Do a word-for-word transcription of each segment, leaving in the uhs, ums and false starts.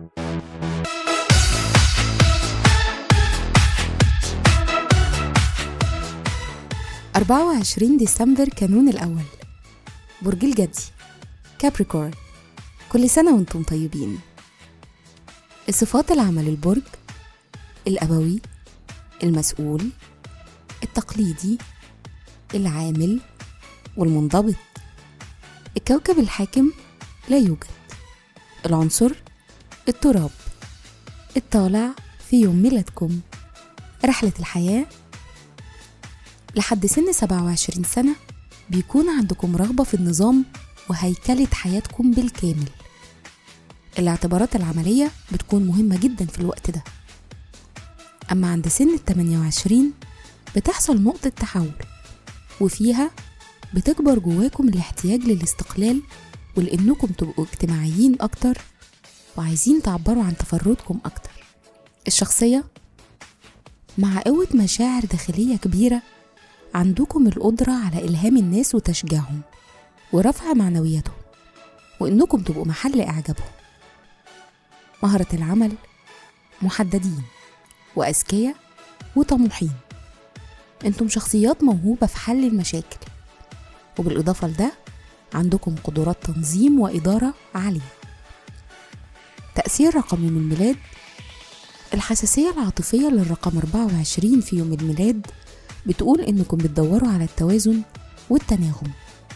أربعة وعشرين ديسمبر كانون الأول، برج الجدي، كابريكورن. كل سنة وانتم طيبين. الصفات العامة للبرج: الأبوي، المسؤول، التقليدي، العامل، والمنضبط. الكوكب الحاكم لا يوجد. العنصر: التراب. الطالع في يوم ميلادكم. رحلة الحياة: لحد سن سبعة وعشرين سنة بيكون عندكم رغبة في النظام وهيكلة حياتكم بالكامل. الاعتبارات العملية بتكون مهمة جدا في الوقت ده. أما عند سن الثمانية وعشرين بتحصل نقطة تحول، وفيها بتكبر جواكم الاحتياج للاستقلال ولأنكم تبقوا اجتماعيين أكتر وعايزين تعبروا عن تفردكم أكتر. الشخصية: مع قوة مشاعر داخلية كبيرة عندكم القدرة على إلهام الناس وتشجيعهم ورفع معنوياتهم وإنكم تبقوا محل إعجابهم. مهارة العمل: محددين وأذكياء وطموحين. انتم شخصيات موهوبة في حل المشاكل، وبالإضافة لده عندكم قدرات تنظيم وإدارة عالية. تأثير رقم يوم الميلاد: الحساسية العاطفية للرقم أربعة وعشرين في يوم الميلاد بتقول إنكم بتدوروا على التوازن والتناغم.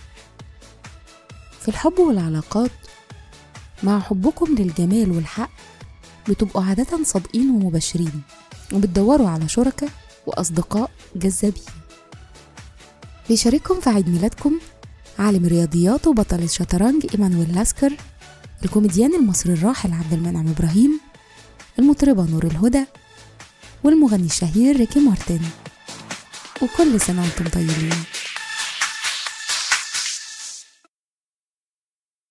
في الحب والعلاقات: مع حبكم للجمال والحق بتبقوا عادة صادقين ومباشرين وبتدوروا على شركاء وأصدقاء جذابين. بيشارككم في عيد ميلادكم عالم الرياضيات وبطل الشطرنج إيمانويل لاسكر، الكوميديان المصري الراحل عبد المنعم إبراهيم، المطربة نور الهدى، والمغني الشهير ريكي مارتن. وكل سنة وانتم طيبين.